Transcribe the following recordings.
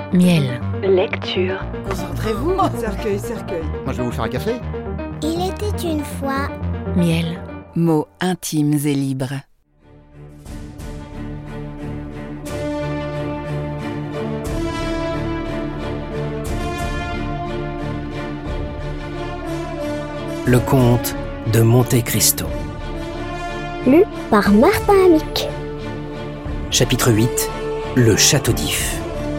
Miel. Lecture. Concentrez-vous, cercueil, cercueil. Moi, je vais vous faire un café. Il était une fois. Miel. Mots intimes et libres. Le comte de Monte Cristo. Lu par Martin Amick. Chapitre 8. Le château d'If.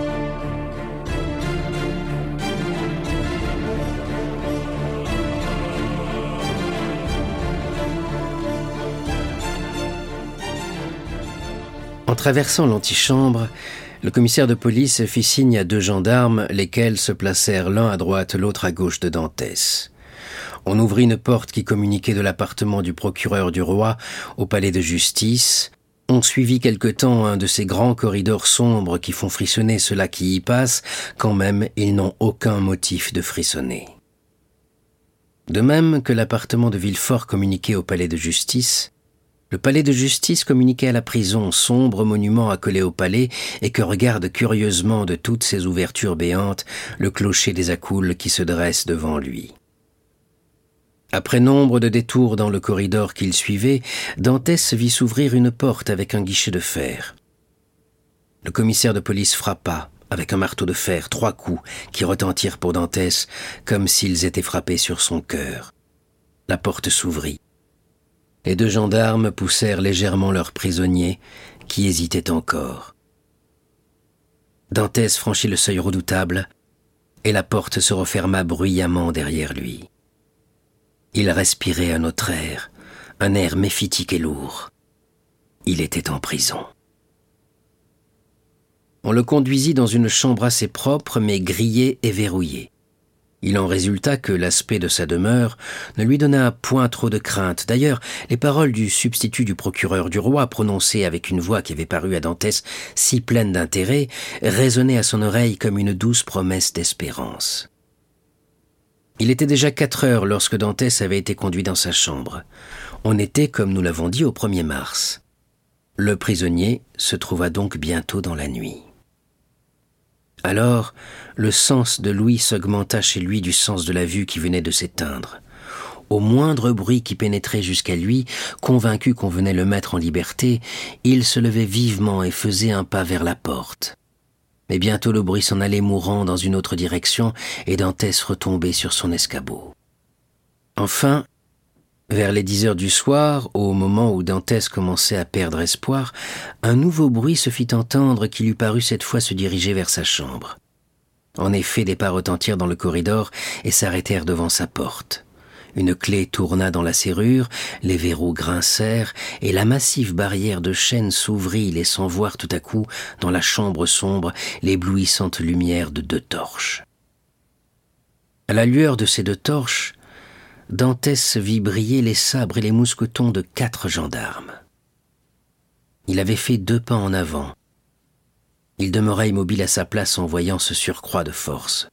En traversant l'antichambre, le commissaire de police fit signe à 2 gendarmes, lesquels se placèrent l'un à droite, l'autre à gauche de Dantès. On ouvrit une porte qui communiquait de l'appartement du procureur du roi au palais de justice. On suivit quelque temps un de ces grands corridors sombres qui font frissonner ceux-là qui y passent, quand même ils n'ont aucun motif de frissonner. De même que l'appartement de Villefort communiquait au palais de justice, le palais de justice communiquait à la prison, sombre monument accolé au palais et que regarde curieusement de toutes ses ouvertures béantes le clocher des Accoules qui se dresse devant lui. Après nombre de détours dans le corridor qu'il suivait, Dantès vit s'ouvrir une porte avec un guichet de fer. Le commissaire de police frappa, avec un marteau de fer, 3 coups qui retentirent pour Dantès comme s'ils étaient frappés sur son cœur. La porte s'ouvrit. Les 2 gendarmes poussèrent légèrement leur prisonnier, qui hésitait encore. Dantès franchit le seuil redoutable, et la porte se referma bruyamment derrière lui. Il respirait un autre air, un air méphitique et lourd. Il était en prison. On le conduisit dans une chambre assez propre, mais grillée et verrouillée. Il en résulta que l'aspect de sa demeure ne lui donna point trop de crainte. D'ailleurs, les paroles du substitut du procureur du roi, prononcées avec une voix qui avait paru à Dantès si pleine d'intérêt, résonnaient à son oreille comme une douce promesse d'espérance. Il était déjà 4 heures lorsque Dantès avait été conduit dans sa chambre. On était, comme nous l'avons dit, au 1er mars. Le prisonnier se trouva donc bientôt dans la nuit. Alors, le sens de l'ouïe s'augmenta chez lui du sens de la vue qui venait de s'éteindre. Au moindre bruit qui pénétrait jusqu'à lui, convaincu qu'on venait le mettre en liberté, il se levait vivement et faisait un pas vers la porte. Mais bientôt le bruit s'en allait mourant dans une autre direction et Dantès retombait sur son escabeau. Enfin, vers les 10 heures du soir, au moment où Dantès commençait à perdre espoir, un nouveau bruit se fit entendre qui lui parut cette fois se diriger vers sa chambre. En effet, des pas retentirent dans le corridor et s'arrêtèrent devant sa porte. Une clé tourna dans la serrure, les verrous grincèrent, et la massive barrière de chêne s'ouvrit, laissant voir tout à coup, dans la chambre sombre, l'éblouissante lumière de 2 torches. À la lueur de ces 2 torches, Dantès vit briller les sabres et les mousquetons de 4 gendarmes. Il avait fait 2 pas en avant. Il demeura immobile à sa place en voyant ce surcroît de force.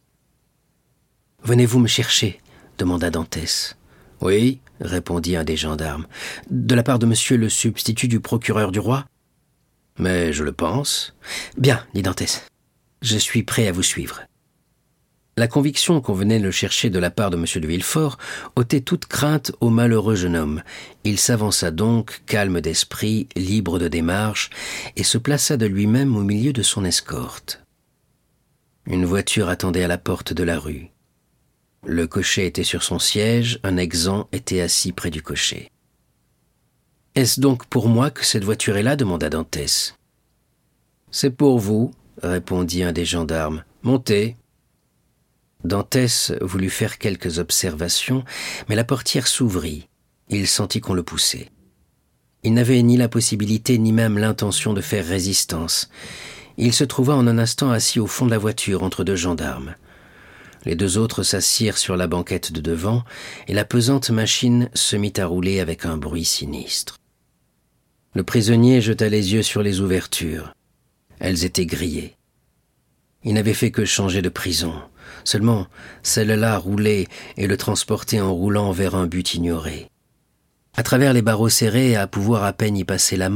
« Venez-vous me chercher ?» demanda Dantès. « Oui, » répondit un des gendarmes. « De la part de monsieur le substitut du procureur du roi ?»« Mais je le pense. »« Bien, » dit Dantès. « Je suis prêt à vous suivre. » La conviction qu'on venait le chercher de la part de monsieur de Villefort ôtait toute crainte au malheureux jeune homme. Il s'avança donc, calme d'esprit, libre de démarche, et se plaça de lui-même au milieu de son escorte. Une voiture attendait à la porte de la rue. Le cocher était sur son siège, un exempt était assis près du cocher. « Est-ce donc pour moi que cette voiture est là ?» demanda Dantès. « C'est pour vous, » répondit un des gendarmes. « Montez. » Dantès voulut faire quelques observations, mais la portière s'ouvrit. Il sentit qu'on le poussait. Il n'avait ni la possibilité ni même l'intention de faire résistance. Il se trouva en un instant assis au fond de la voiture entre 2 gendarmes. Les 2 autres s'assirent sur la banquette de devant, et la pesante machine se mit à rouler avec un bruit sinistre. Le prisonnier jeta les yeux sur les ouvertures. Elles étaient grillées. Il n'avait fait que changer de prison. Seulement, celle-là roulait et le transportait en roulant vers un but ignoré. À travers les barreaux serrés, à pouvoir à peine y passer la main,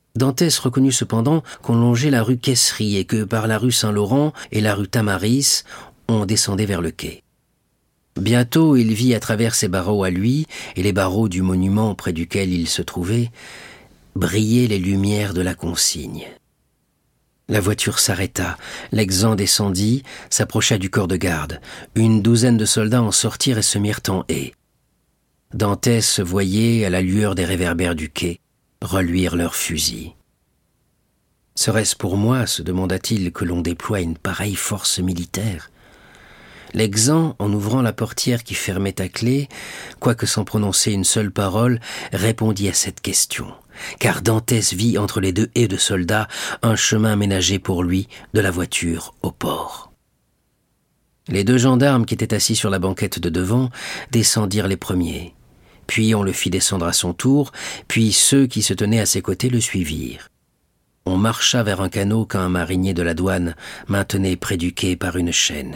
Dantès reconnut cependant qu'on longeait la rue Caisserie et que par la rue Saint-Laurent et la rue Tamaris, on descendait vers le quai. Bientôt, il vit à travers ses barreaux à lui et les barreaux du monument près duquel il se trouvait briller les lumières de la consigne. La voiture s'arrêta, l'exempt descendit, s'approcha du corps de garde. Une douzaine de soldats en sortirent et se mirent en haie. Dantès voyait, à la lueur des réverbères du quai, reluire leurs fusils. « Serait-ce pour moi, se demanda-t-il, que l'on déploie une pareille force militaire ?» L'exempt, en ouvrant la portière qui fermait à clé, quoique sans prononcer une seule parole, répondit à cette question, car Dantès vit entre les deux haies de soldats un chemin ménagé pour lui de la voiture au port. Les deux gendarmes qui étaient assis sur la banquette de devant descendirent les premiers, puis on le fit descendre à son tour, puis ceux qui se tenaient à ses côtés le suivirent. On marcha vers un canot qu'un marinier de la douane maintenait près du quai par une chaîne.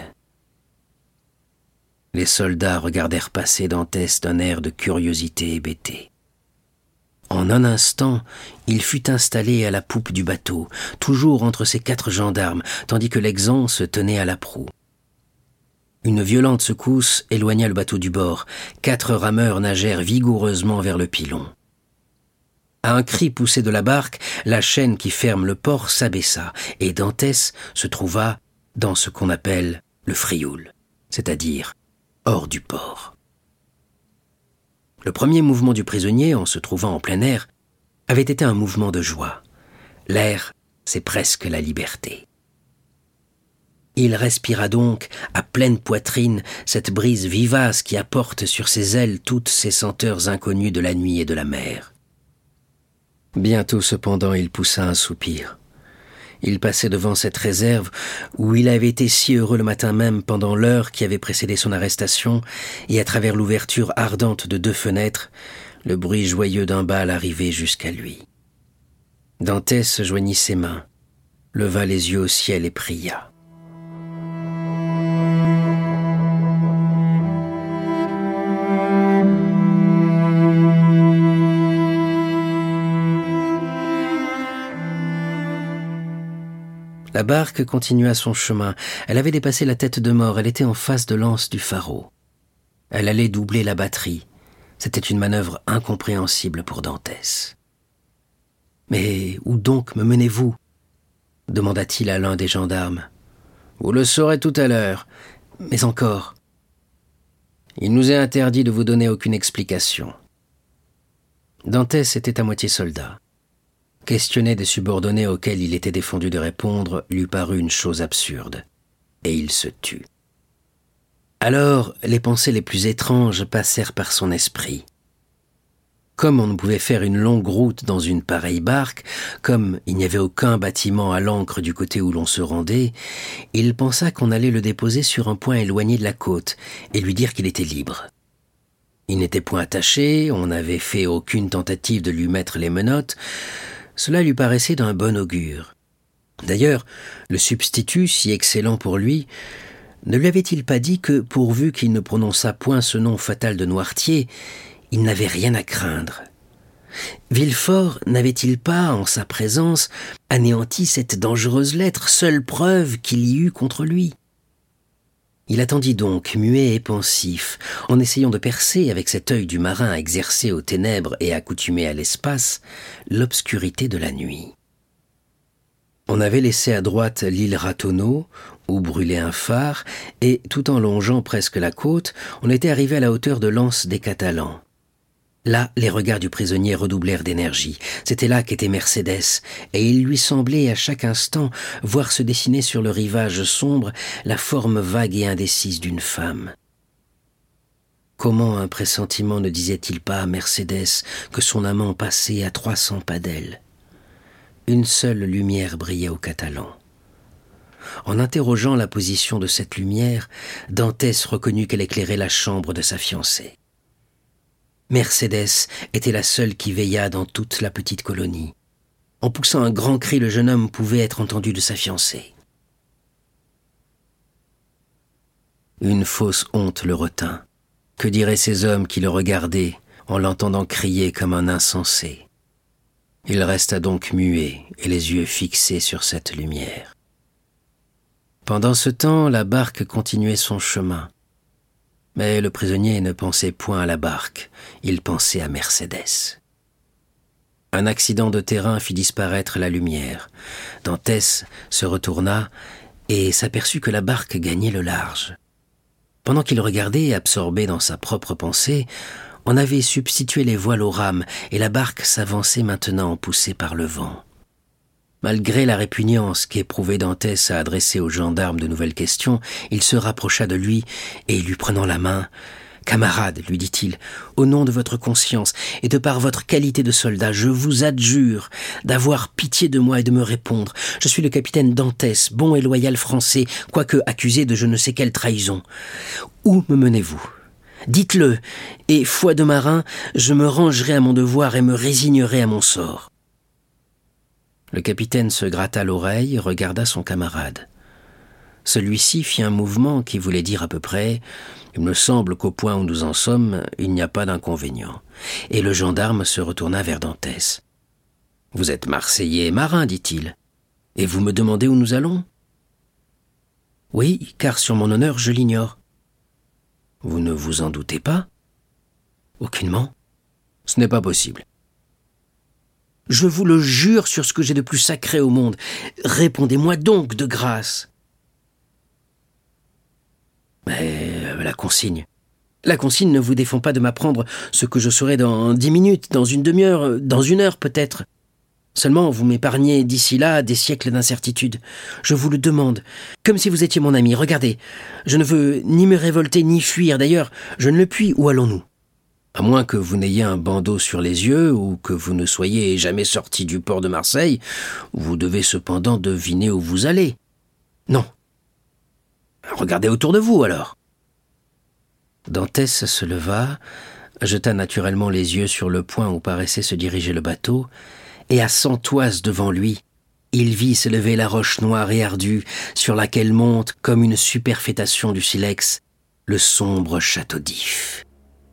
Les soldats regardèrent passer Dantès d'un air de curiosité hébétée. En un instant, il fut installé à la poupe du bateau, toujours entre ces 4 gendarmes, tandis que l'exempt se tenait à la proue. Une violente secousse éloigna le bateau du bord. 4 rameurs nagèrent vigoureusement vers le pilon. À un cri poussé de la barque, la chaîne qui ferme le port s'abaissa, et Dantès se trouva dans ce qu'on appelle le frioul, c'est-à-dire hors du port. Le premier mouvement du prisonnier, en se trouvant en plein air, avait été un mouvement de joie. L'air, c'est presque la liberté. Il respira donc à pleine poitrine cette brise vivace qui apporte sur ses ailes toutes ces senteurs inconnues de la nuit et de la mer. Bientôt, cependant, il poussa un soupir. Il passait devant cette réserve où il avait été si heureux le matin même pendant l'heure qui avait précédé son arrestation, et à travers l'ouverture ardente de 2 fenêtres, le bruit joyeux d'un bal arrivait jusqu'à lui. Dantès joignit ses mains, leva les yeux au ciel et pria. La barque continua son chemin. Elle avait dépassé la tête de mort. Elle était en face de l'anse du pharaon. Elle allait doubler la batterie. C'était une manœuvre incompréhensible pour Dantès. « Mais où donc me menez-vous » demanda-t-il à l'un des gendarmes. « Vous le saurez tout à l'heure. Mais encore. Il nous est interdit de vous donner aucune explication. » Dantès était à moitié soldat. Questionner des subordonnés auxquels il était défendu de répondre lui parut une chose absurde, et il se tut. Alors, les pensées les plus étranges passèrent par son esprit. Comme on ne pouvait faire une longue route dans une pareille barque, comme il n'y avait aucun bâtiment à l'ancre du côté où l'on se rendait, il pensa qu'on allait le déposer sur un point éloigné de la côte et lui dire qu'il était libre. Il n'était point attaché, on n'avait fait aucune tentative de lui mettre les menottes. Cela lui paraissait d'un bon augure. D'ailleurs, le substitut, si excellent pour lui, ne lui avait-il pas dit que, pourvu qu'il ne prononçât point ce nom fatal de Noirtier, il n'avait rien à craindre? Villefort n'avait-il pas, en sa présence, anéanti cette dangereuse lettre, seule preuve qu'il y eût contre lui? Il attendit donc, muet et pensif, en essayant de percer, avec cet œil du marin exercé aux ténèbres et accoutumé à l'espace, l'obscurité de la nuit. On avait laissé à droite l'île Ratonneau, où brûlait un phare, et, tout en longeant presque la côte, on était arrivé à la hauteur de l'anse des Catalans. Là, les regards du prisonnier redoublèrent d'énergie. C'était là qu'était Mercédès, et il lui semblait à chaque instant voir se dessiner sur le rivage sombre la forme vague et indécise d'une femme. Comment un pressentiment ne disait-il pas à Mercédès que son amant passait à 300 pas d'elle? Une seule lumière brillait aux Catalans. En interrogeant la position de cette lumière, Dantès reconnut qu'elle éclairait la chambre de sa fiancée. Mercédès était la seule qui veillât dans toute la petite colonie. En poussant un grand cri, le jeune homme pouvait être entendu de sa fiancée. Une fausse honte le retint. Que diraient ces hommes qui le regardaient en l'entendant crier comme un insensé? Il resta donc muet et les yeux fixés sur cette lumière. Pendant ce temps, la barque continuait son chemin. Mais le prisonnier ne pensait point à la barque, il pensait à Mercédès. Un accident de terrain fit disparaître la lumière. Dantès se retourna et s'aperçut que la barque gagnait le large. Pendant qu'il regardait, absorbé dans sa propre pensée, on avait substitué les voiles aux rames et la barque s'avançait maintenant poussée par le vent. Malgré la répugnance qu'éprouvait Dantès à adresser au gendarme de nouvelles questions, il se rapprocha de lui et, lui prenant la main, « Camarade, lui dit-il, au nom de votre conscience et de par votre qualité de soldat, je vous adjure d'avoir pitié de moi et de me répondre. Je suis le capitaine Dantès, bon et loyal français, quoique accusé de je ne sais quelle trahison. Où me menez-vous ? Dites-le, et, foi de marin, je me rangerai à mon devoir et me résignerai à mon sort. » Le capitaine se gratta l'oreille et regarda son camarade. Celui-ci fit un mouvement qui voulait dire à peu près « Il me semble qu'au point où nous en sommes, il n'y a pas d'inconvénient. » Et le gendarme se retourna vers Dantès. « Vous êtes Marseillais et marin, dit-il. Et vous me demandez où nous allons ? » « Oui, car sur mon honneur, je l'ignore. » « Vous ne vous en doutez pas ? » ?»« Aucunement. »« Ce n'est pas possible. »« Je vous le jure sur ce que j'ai de plus sacré au monde. Répondez-moi donc de grâce. » « Mais la consigne. La consigne ne vous défend pas de m'apprendre ce que je saurai dans 10 minutes, dans une demi-heure, dans 1 heure peut-être. Seulement, vous m'épargnez d'ici là des siècles d'incertitude. Je vous le demande, comme si vous étiez mon ami. Regardez, je ne veux ni me révolter ni fuir. D'ailleurs, je ne le puis. Où allons-nous ? À moins que vous n'ayez un bandeau sur les yeux ou que vous ne soyez jamais sorti du port de Marseille, vous devez cependant deviner où vous allez. Non. Regardez autour de vous, alors. Dantès se leva, jeta naturellement les yeux sur le point où paraissait se diriger le bateau, et à 100 toises devant lui, il vit s'élever la roche noire et ardue sur laquelle monte, comme une superfétation du silex, le sombre château d'If.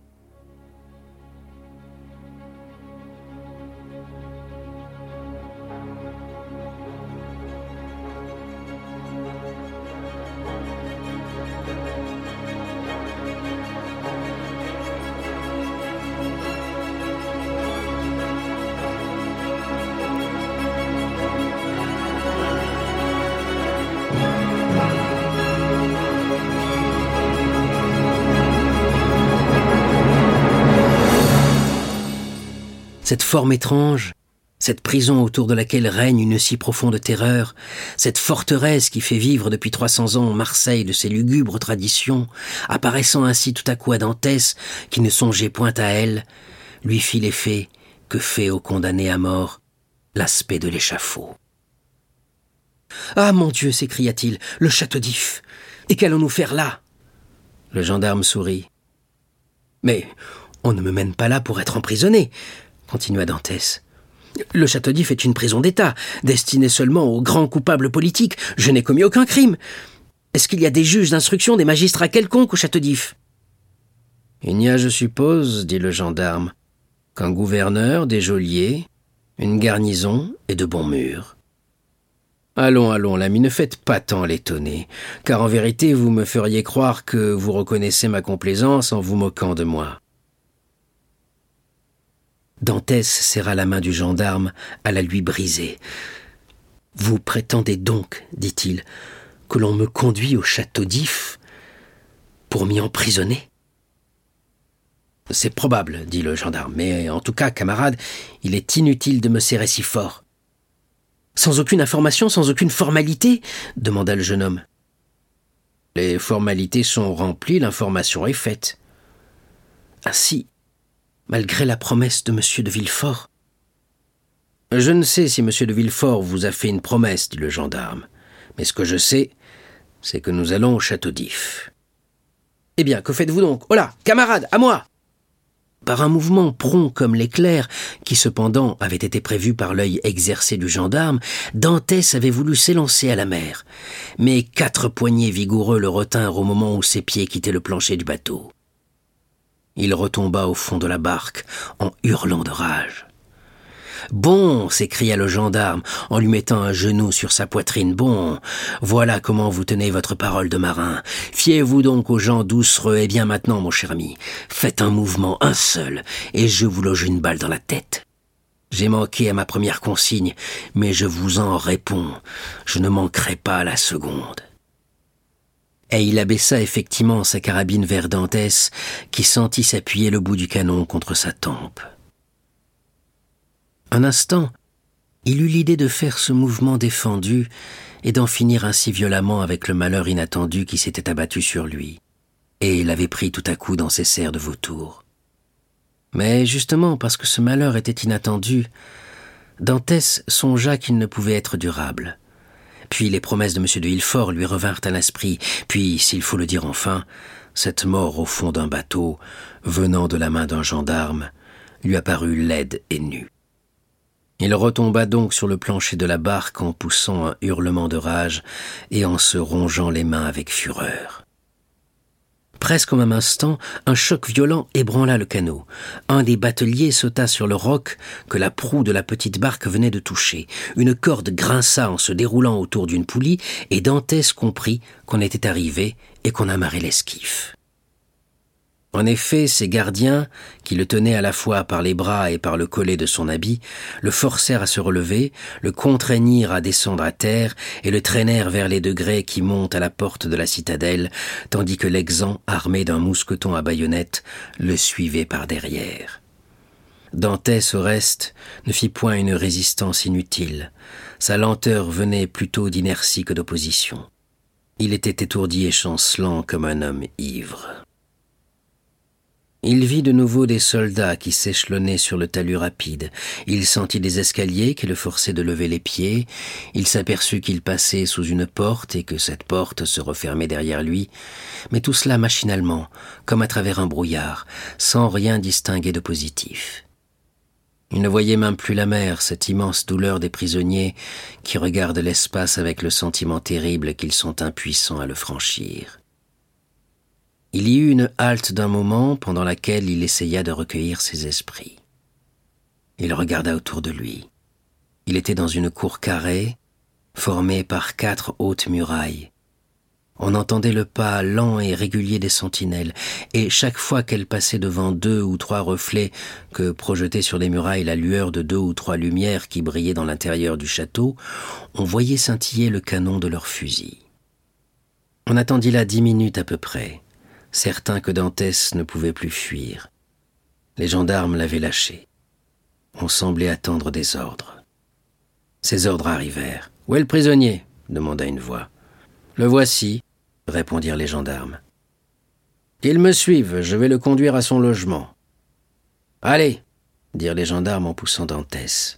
Cette forme étrange, cette prison autour de laquelle règne une si profonde terreur, cette forteresse qui fait vivre depuis 300 ans Marseille de ses lugubres traditions, apparaissant ainsi tout à coup à Dantès, qui ne songeait point à elle, lui fit l'effet que fait au condamné à mort l'aspect de l'échafaud. « Ah, mon Dieu !» s'écria-t-il, « le château d'If ! Et qu'allons-nous faire là ?» Le gendarme sourit. « Mais on ne me mène pas là pour être emprisonné !» continua Dantès. « Le château d'If est une prison d'État, destinée seulement aux grands coupables politiques. Je n'ai commis aucun crime. Est-ce qu'il y a des juges d'instruction, des magistrats quelconques au château d'If ?»« Il n'y a, je suppose, dit le gendarme, qu'un gouverneur, des geôliers, une garnison et de bons murs. »« Allons, l'ami, ne faites pas tant l'étonner, car en vérité vous me feriez croire que vous reconnaissez ma complaisance en vous moquant de moi. » Dantès serra la main du gendarme à la lui briser. « Vous prétendez donc, dit-il, que l'on me conduit au château d'If pour m'y emprisonner ?»« C'est probable, dit le gendarme, mais en tout cas, camarade, il est inutile de me serrer si fort. »« Sans aucune information, sans aucune formalité ?» demanda le jeune homme. « Les formalités sont remplies, l'information est faite. »« Ainsi, malgré la promesse de M. de Villefort. »« Je ne sais si M. de Villefort vous a fait une promesse, dit le gendarme, mais ce que je sais, c'est que nous allons au château d'If. »« Eh bien, que faites-vous donc ? Oh là, camarade, à moi !» Par un mouvement prompt comme l'éclair, qui cependant avait été prévu par l'œil exercé du gendarme, Dantès avait voulu s'élancer à la mer, mais 4 poignets vigoureux le retinrent au moment où ses pieds quittaient le plancher du bateau. Il retomba au fond de la barque en hurlant de rage. Bon, s'écria le gendarme en lui mettant un genou sur sa poitrine. Bon, voilà comment vous tenez votre parole de marin. Fiez-vous donc aux gens doucereux. Et bien maintenant, mon cher ami, faites un mouvement, un seul, et je vous loge une balle dans la tête. J'ai manqué à ma première consigne, mais je vous en réponds. Je ne manquerai pas à la seconde. Et il abaissa effectivement sa carabine vers Dantès, qui sentit s'appuyer le bout du canon contre sa tempe. Un instant, il eut l'idée de faire ce mouvement défendu et d'en finir ainsi violemment avec le malheur inattendu qui s'était abattu sur lui, et l'avait pris tout à coup dans ses serres de vautour. Mais justement, parce que ce malheur était inattendu, Dantès songea qu'il ne pouvait être durable. Puis les promesses de M. de Villefort lui revinrent à l'esprit, puis, s'il faut le dire enfin, cette mort au fond d'un bateau, venant de la main d'un gendarme, lui apparut laide et nue. Il retomba donc sur le plancher de la barque en poussant un hurlement de rage et en se rongeant les mains avec fureur. Presque au même instant, un choc violent ébranla le canot. Un des bateliers sauta sur le roc que la proue de la petite barque venait de toucher. Une corde grinça en se déroulant autour d'une poulie et Dantès comprit qu'on était arrivé et qu'on amarrait l'esquif. En effet, ses gardiens, qui le tenaient à la fois par les bras et par le collet de son habit, le forcèrent à se relever, le contraignirent à descendre à terre et le traînèrent vers les degrés qui montent à la porte de la citadelle, tandis que l'exempt, armé d'un mousqueton à baïonnette, le suivait par derrière. Dantès, au reste, ne fit point une résistance inutile. Sa lenteur venait plutôt d'inertie que d'opposition. Il était étourdi et chancelant comme un homme ivre. Il vit de nouveau des soldats qui s'échelonnaient sur le talus rapide. Il sentit des escaliers qui le forçaient de lever les pieds. Il s'aperçut qu'il passait sous une porte et que cette porte se refermait derrière lui. Mais tout cela machinalement, comme à travers un brouillard, sans rien distinguer de positif. Il ne voyait même plus la mer, cette immense douleur des prisonniers qui regardent l'espace avec le sentiment terrible qu'ils sont impuissants à le franchir. Il y eut une halte d'un moment pendant laquelle il essaya de recueillir ses esprits. Il regarda autour de lui. Il était dans une cour carrée, formée par 4 hautes murailles. On entendait le pas lent et régulier des sentinelles, et chaque fois qu'elles passaient devant 2 ou 3 reflets que projetait sur les murailles la lueur de 2 ou 3 lumières qui brillaient dans l'intérieur du château, on voyait scintiller le canon de leurs fusils. On attendit là 10 minutes à peu près, certain que Dantès ne pouvait plus fuir. Les gendarmes l'avaient lâché. On semblait attendre des ordres. Ces ordres arrivèrent. « Où est le prisonnier ?» demanda une voix. « Le voici », répondirent les gendarmes. « Qu'il me suive, je vais le conduire à son logement. »« Allez !» dirent les gendarmes en poussant Dantès.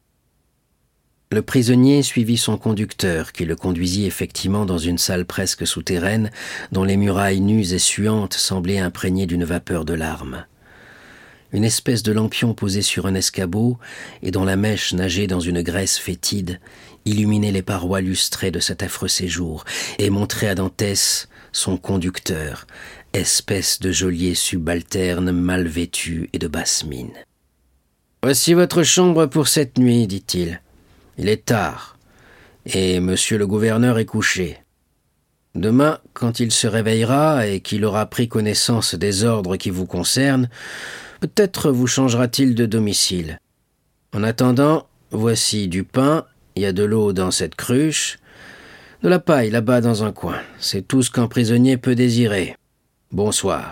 Le prisonnier suivit son conducteur, qui le conduisit effectivement dans une salle presque souterraine, dont les murailles nues et suantes semblaient imprégnées d'une vapeur de larmes. Une espèce de lampion posé sur un escabeau, et dont la mèche nageait dans une graisse fétide, illuminait les parois lustrées de cet affreux séjour, et montrait à Dantès son conducteur, espèce de geôlier subalterne mal vêtu et de basse mine. « Voici votre chambre pour cette nuit, dit-il. Il est tard, et monsieur le gouverneur est couché. Demain, quand il se réveillera et qu'il aura pris connaissance des ordres qui vous concernent, peut-être vous changera-t-il de domicile. En attendant, voici du pain, il y a de l'eau dans cette cruche, de la paille là-bas dans un coin. C'est tout ce qu'un prisonnier peut désirer. Bonsoir. »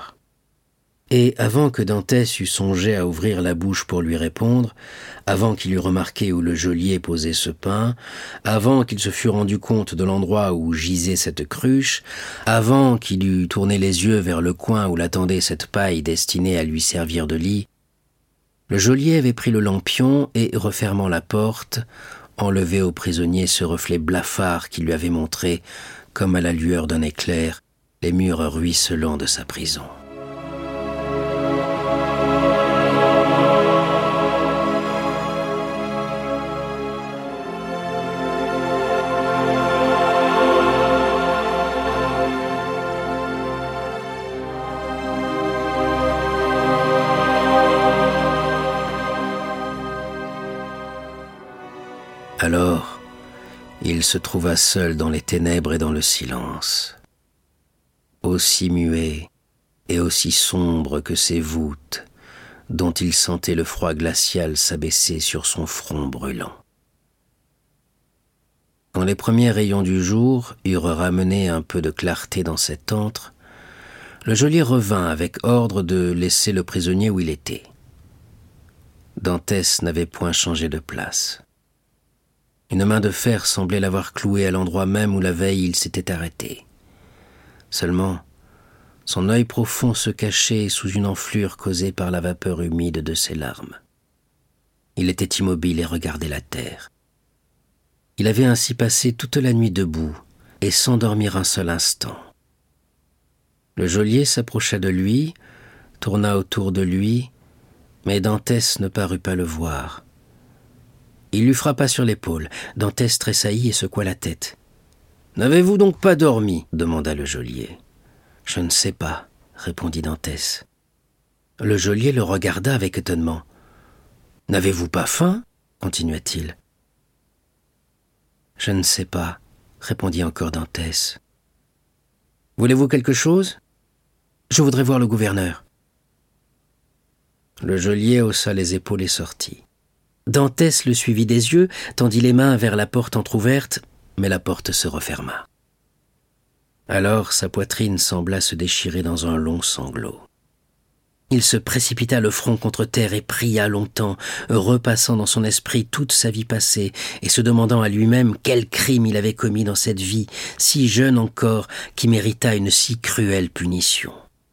Et avant que Dantès eût songé à ouvrir la bouche pour lui répondre, avant qu'il eût remarqué où le geôlier posait ce pain, avant qu'il se fût rendu compte de l'endroit où gisait cette cruche, avant qu'il eût tourné les yeux vers le coin où l'attendait cette paille destinée à lui servir de lit, le geôlier avait pris le lampion et, refermant la porte, enlevé au prisonnier ce reflet blafard qui lui avait montré, comme à la lueur d'un éclair, les murs ruisselants de sa prison. il se trouva seul dans les ténèbres et dans le silence, aussi muet et aussi sombre que ces voûtes, dont il sentait le froid glacial s'abaisser sur son front brûlant. Quand les premiers rayons du jour eurent ramené un peu de clarté dans cet antre, le geôlier revint avec ordre de laisser le prisonnier où il était. Dantès n'avait point changé de place. Une main de fer semblait l'avoir cloué à l'endroit même où la veille il s'était arrêté. Seulement, son œil profond se cachait sous une enflure causée par la vapeur humide de ses larmes. Il était immobile et regardait la terre. Il avait ainsi passé toute la nuit debout et sans dormir un seul instant. Le geôlier s'approcha de lui, tourna autour de lui, mais Dantès ne parut pas le voir. Il lui frappa sur l'épaule. Dantès tressaillit et secoua la tête. « N'avez-vous donc pas dormi ?» demanda le geôlier. « Je ne sais pas, » répondit Dantès. Le geôlier le regarda avec étonnement. « N'avez-vous pas faim ?» continua-t-il. « Je ne sais pas, » répondit encore Dantès. « Voulez-vous quelque chose ? Je voudrais voir le gouverneur. » Le geôlier haussa les épaules et sortit. Dantès le suivit des yeux, tendit les mains vers la porte entr'ouverte, mais la porte se referma. Alors sa poitrine sembla se déchirer dans un long sanglot. Il se précipita le front contre terre et pria longtemps, repassant dans son esprit toute sa vie passée et se demandant à lui-même quel crime il avait commis dans cette vie, si jeune encore, qui mérita une si cruelle punition.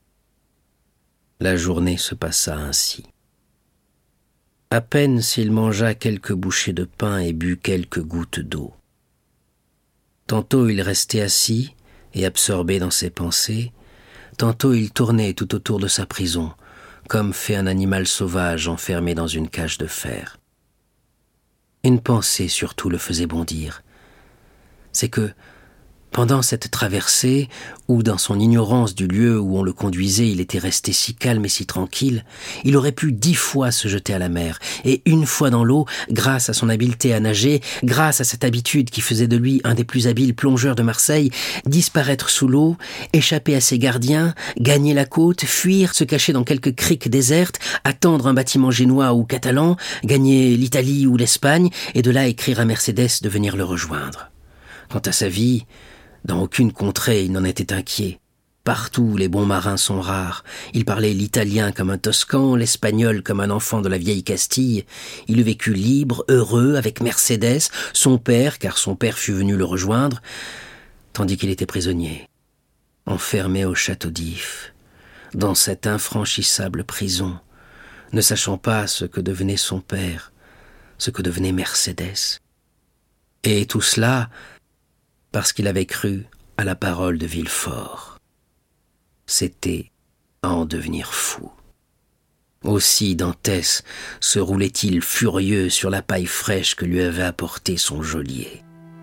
La journée se passa ainsi. À peine s'il mangea quelques bouchées de pain et but quelques gouttes d'eau. Tantôt il restait assis et absorbé dans ses pensées, tantôt il tournait tout autour de sa prison, comme fait un animal sauvage enfermé dans une cage de fer. Une pensée surtout le faisait bondir. C'est que, pendant cette traversée, où dans son ignorance du lieu où on le conduisait, il était resté si calme et si tranquille, il aurait pu 10 fois se jeter à la mer, et une fois dans l'eau, grâce à son habileté à nager, grâce à cette habitude qui faisait de lui un des plus habiles plongeurs de Marseille, disparaître sous l'eau, échapper à ses gardiens, gagner la côte, fuir, se cacher dans quelque crique déserte, attendre un bâtiment génois ou catalan, gagner l'Italie ou l'Espagne, et de là écrire à Mercédès de venir le rejoindre. Quant à sa vie, dans aucune contrée, il n'en était inquiet. Partout, les bons marins sont rares. Il parlait l'italien comme un Toscan, l'espagnol comme un enfant de la vieille Castille. Il eût vécu libre, heureux, avec Mercédès, son père, car son père fut venu le rejoindre, tandis qu'il était prisonnier, enfermé au château d'If, dans cette infranchissable prison, ne sachant pas ce que devenait son père, ce que devenait Mercédès. Et tout cela parce qu'il avait cru à la parole de Villefort. C'était à en devenir fou. Aussi Dantès se roulait-il furieux sur la paille fraîche que lui avait apportée son geôlier.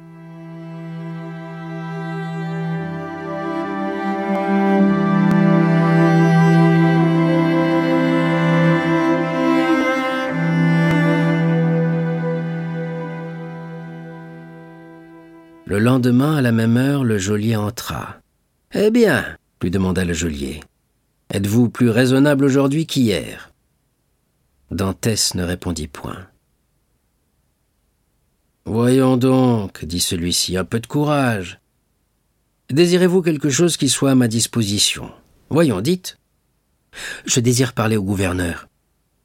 Le lendemain, à la même heure, le geôlier entra. « Eh bien, » lui demanda le geôlier, « êtes-vous plus raisonnable aujourd'hui qu'hier ?» Dantès ne répondit point. « Voyons donc, » dit celui-ci, « un peu de courage. Désirez-vous quelque chose qui soit à ma disposition ? Voyons, dites. »« Je désire parler au gouverneur. »« Eh, »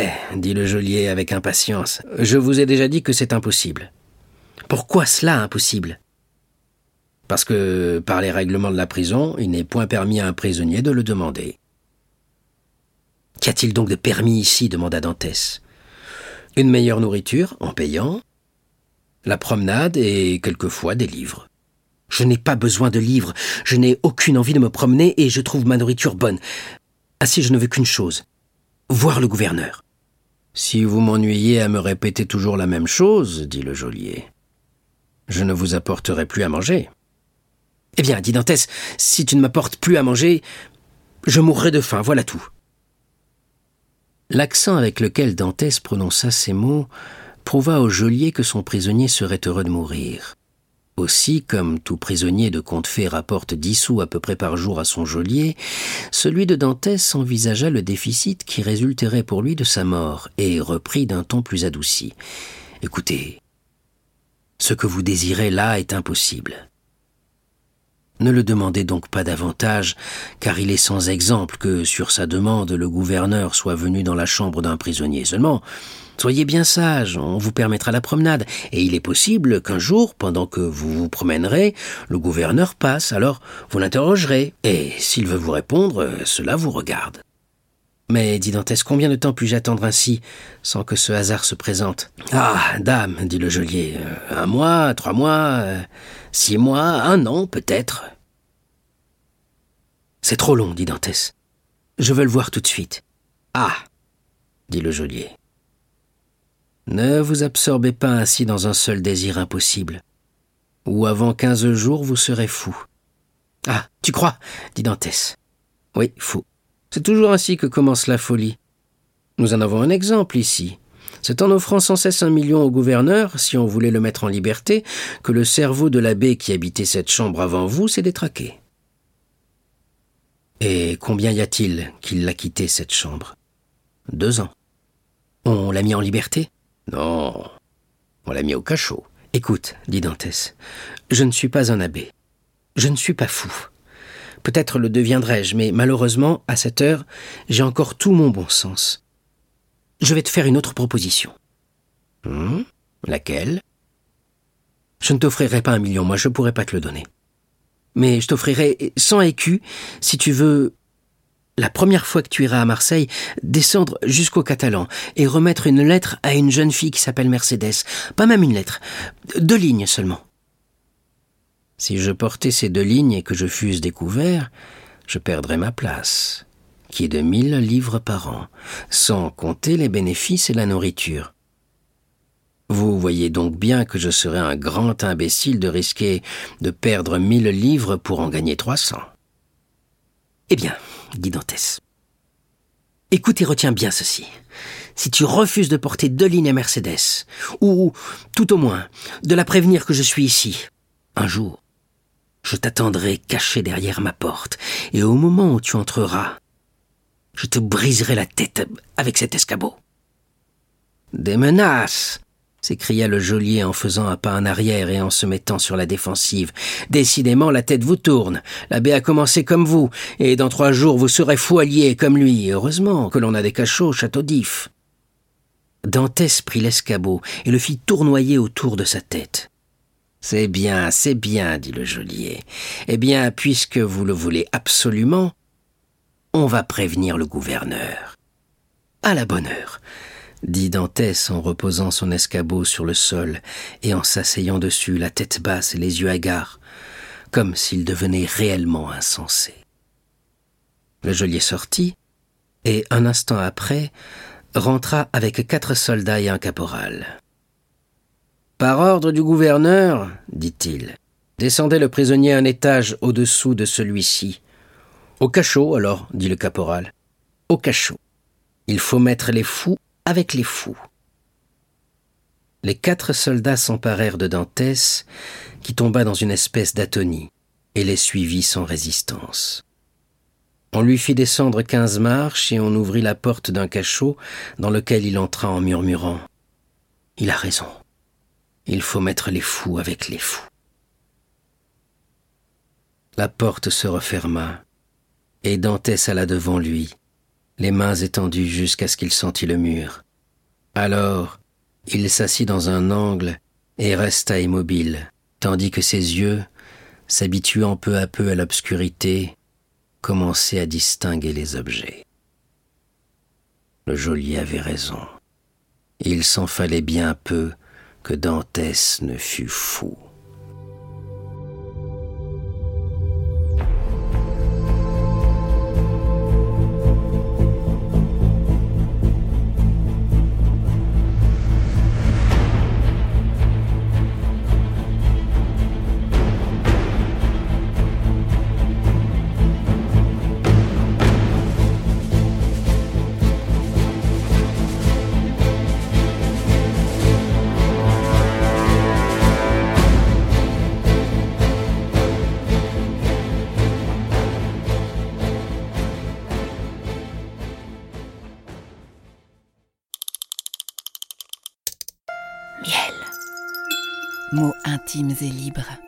dit le geôlier avec impatience, « je vous ai déjà dit que c'est impossible. » « Pourquoi cela impossible ? » « Parce que, par les règlements de la prison, il n'est point permis à un prisonnier de le demander. »« Qu'y a-t-il donc de permis ici ?» demanda Dantès. « Une meilleure nourriture, en payant, la promenade et quelquefois des livres. »« Je n'ai pas besoin de livres, je n'ai aucune envie de me promener et je trouve ma nourriture bonne. Ainsi je ne veux qu'une chose, voir le gouverneur. »« Si vous m'ennuyez à me répéter toujours la même chose, dit le geôlier, je ne vous apporterai plus à manger. »« Eh bien, dit Dantès, si tu ne m'apportes plus à manger, je mourrai de faim, voilà tout. » L'accent avec lequel Dantès prononça ces mots prouva au geôlier que son prisonnier serait heureux de mourir. Aussi, comme tout prisonnier de conte fées rapporte 10 sous à peu près par jour à son geôlier, celui de Dantès envisagea le déficit qui résulterait pour lui de sa mort et reprit d'un ton plus adouci. « Écoutez, ce que vous désirez là est impossible. Ne le demandez donc pas davantage, car il est sans exemple que, sur sa demande, le gouverneur soit venu dans la chambre d'un prisonnier. Seulement, soyez bien sage, on vous permettra la promenade, et il est possible qu'un jour, pendant que vous vous promènerez, le gouverneur passe, alors vous l'interrogerez, et s'il veut vous répondre, cela vous regarde. » « Mais, dit Dantès, combien de temps puis-je attendre ainsi, sans que ce hasard se présente ?»« Ah, dame, dit le geôlier, 1 mois, 3 mois, 6 mois, 1 an, peut-être. »« C'est trop long, dit Dantès. Je veux le voir tout de suite. »« Ah, dit le geôlier. Ne vous absorbez pas ainsi dans un seul désir impossible, ou avant 15 jours vous serez fou. »« Ah, tu crois, dit Dantès. Oui, fou. C'est toujours ainsi que commence la folie. Nous en avons un exemple ici. C'est en offrant sans cesse 1 million au gouverneur, si on voulait le mettre en liberté, que le cerveau de l'abbé qui habitait cette chambre avant vous s'est détraqué. Et combien y a-t-il qu'il l'a quitté, cette chambre ? 2 ans. On l'a mis en liberté ? Non, on l'a mis au cachot. Écoute, dit Dantès, je ne suis pas un abbé. Je ne suis pas fou. Peut-être le deviendrai-je, mais malheureusement, à cette heure, j'ai encore tout mon bon sens. Je vais te faire une autre proposition. Laquelle ? Je ne t'offrirai pas 1 million, moi je pourrais pas te le donner. Mais je t'offrirai 100 écus si tu veux, la première fois que tu iras à Marseille, descendre jusqu'au Catalan et remettre une lettre à une jeune fille qui s'appelle Mercédès. Pas même une lettre, 2 lignes seulement. Si je portais ces 2 lignes et que je fusse découvert, je perdrais ma place, qui est de 1000 livres par an, sans compter les bénéfices et la nourriture. Vous voyez donc bien que je serais un grand imbécile de risquer de perdre 1000 livres pour en gagner 300. Eh bien, dit Dantès, écoute et retiens bien ceci. Si tu refuses de porter 2 lignes à Mercédès, ou, tout au moins, de la prévenir que je suis ici, un jour, je t'attendrai caché derrière ma porte, et au moment où tu entreras, je te briserai la tête avec cet escabeau. »« Des menaces !» s'écria le geôlier en faisant un pas en arrière et en se mettant sur la défensive. « Décidément, la tête vous tourne. L'abbé a commencé comme vous, et dans 3 jours vous serez fou allié comme lui. Heureusement que l'on a des cachots au château d'If. » Dantès prit l'escabeau et le fit tournoyer autour de sa tête. « C'est bien, dit le geôlier. Eh bien, puisque vous le voulez absolument, on va prévenir le gouverneur. »« À la bonne heure, » dit Dantès en reposant son escabeau sur le sol et en s'asseyant dessus, la tête basse et les yeux hagards, comme s'il devenait réellement insensé. Le geôlier sortit et, un instant après, rentra avec 4 soldats et un caporal. « Par ordre du gouverneur, dit-il, descendez le prisonnier 1 étage au-dessous de celui-ci. »« Au cachot, alors, dit le caporal. »« Au cachot. Il faut mettre les fous avec les fous. » Les 4 soldats s'emparèrent de Dantès, qui tomba dans une espèce d'atonie, et les suivit sans résistance. On lui fit descendre 15 marches et on ouvrit la porte d'un cachot dans lequel il entra en murmurant « Il a raison. Il faut mettre les fous avec les fous. » La porte se referma, et Dantès alla devant lui, les mains étendues jusqu'à ce qu'il sentît le mur. Alors, il s'assit dans un angle et resta immobile, tandis que ses yeux, s'habituant peu à peu à l'obscurité, commençaient à distinguer les objets. Le geôlier avait raison. Il s'en fallait bien peu que Dantès ne fût fou. Mots intimes et libres.